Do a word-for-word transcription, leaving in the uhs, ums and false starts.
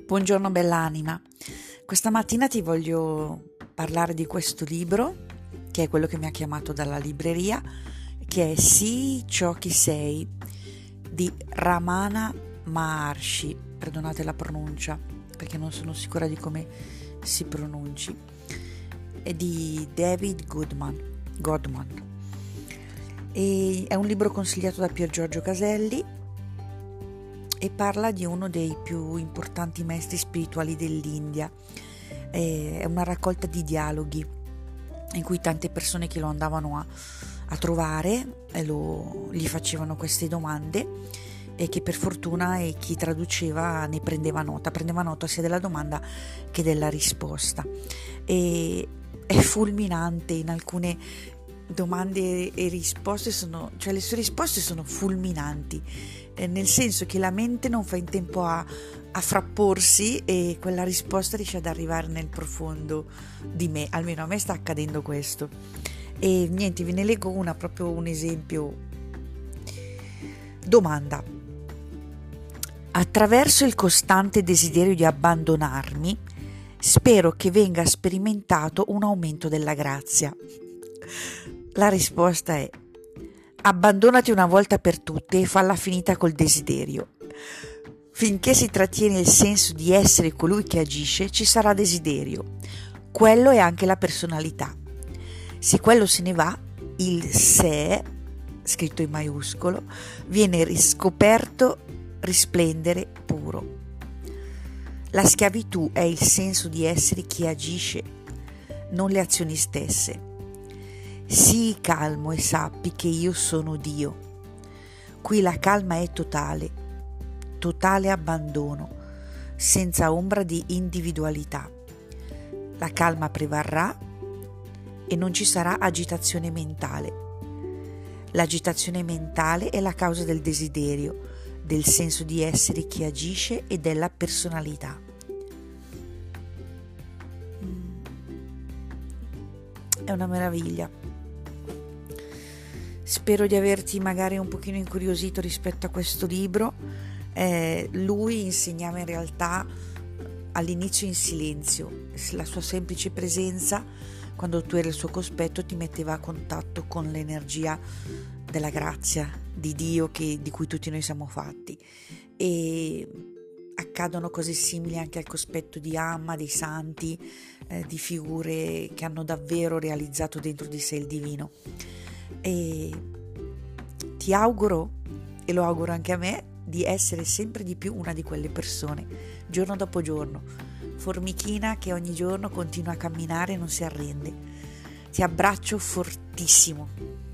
Buongiorno bell'anima, questa mattina ti voglio parlare di questo libro, che è quello che mi ha chiamato dalla libreria, che è Sii ciò che sei, di Ramana Maharshi, perdonate la pronuncia, perché non sono sicura di come si pronunci, è di David Goodman, Godman. E è un libro consigliato da Pier Giorgio Caselli, e parla di uno dei più importanti maestri spirituali dell'India. È una raccolta di dialoghi in cui tante persone che lo andavano a, a trovare e lo, gli facevano queste domande, e che per fortuna e chi traduceva ne prendeva nota, prendeva nota sia della domanda che della risposta. E è fulminante in alcune domande e risposte, sono, cioè le sue risposte sono fulminanti, eh, nel senso che la mente non fa in tempo a, a frapporsi e quella risposta riesce ad arrivare nel profondo di me, almeno a me sta accadendo questo. E niente, ve ne leggo una, proprio un esempio. Domanda: attraverso il costante desiderio di abbandonarmi, spero che venga sperimentato un aumento della grazia. La risposta è: abbandonati una volta per tutte e falla finita col desiderio. Finché si trattiene il senso di essere colui che agisce, ci sarà desiderio. Quello è anche la personalità. Se quello se ne va, il sé, scritto in maiuscolo, viene riscoperto, risplendere puro. La schiavitù è il senso di essere chi agisce, non le azioni stesse. Sii calmo e sappi che io sono Dio. Qui la calma è totale, totale abbandono, senza ombra di individualità. La calma prevarrà e non ci sarà agitazione mentale. L'agitazione mentale è la causa del desiderio, del senso di essere chi agisce e della personalità. È una meraviglia. Spero di averti magari un pochino incuriosito rispetto a questo libro. Eh, lui insegnava in realtà all'inizio in silenzio, la sua semplice presenza, quando tu eri al suo cospetto, ti metteva a contatto con l'energia della grazia di Dio che, di cui tutti noi siamo fatti. E accadono cose simili anche al cospetto di Amma, dei santi, eh, di figure che hanno davvero realizzato dentro di sé il divino. E ti auguro, e lo auguro anche a me, di essere sempre di più una di quelle persone, giorno dopo giorno, formichina che ogni giorno continua a camminare e non si arrende. Ti abbraccio fortissimo.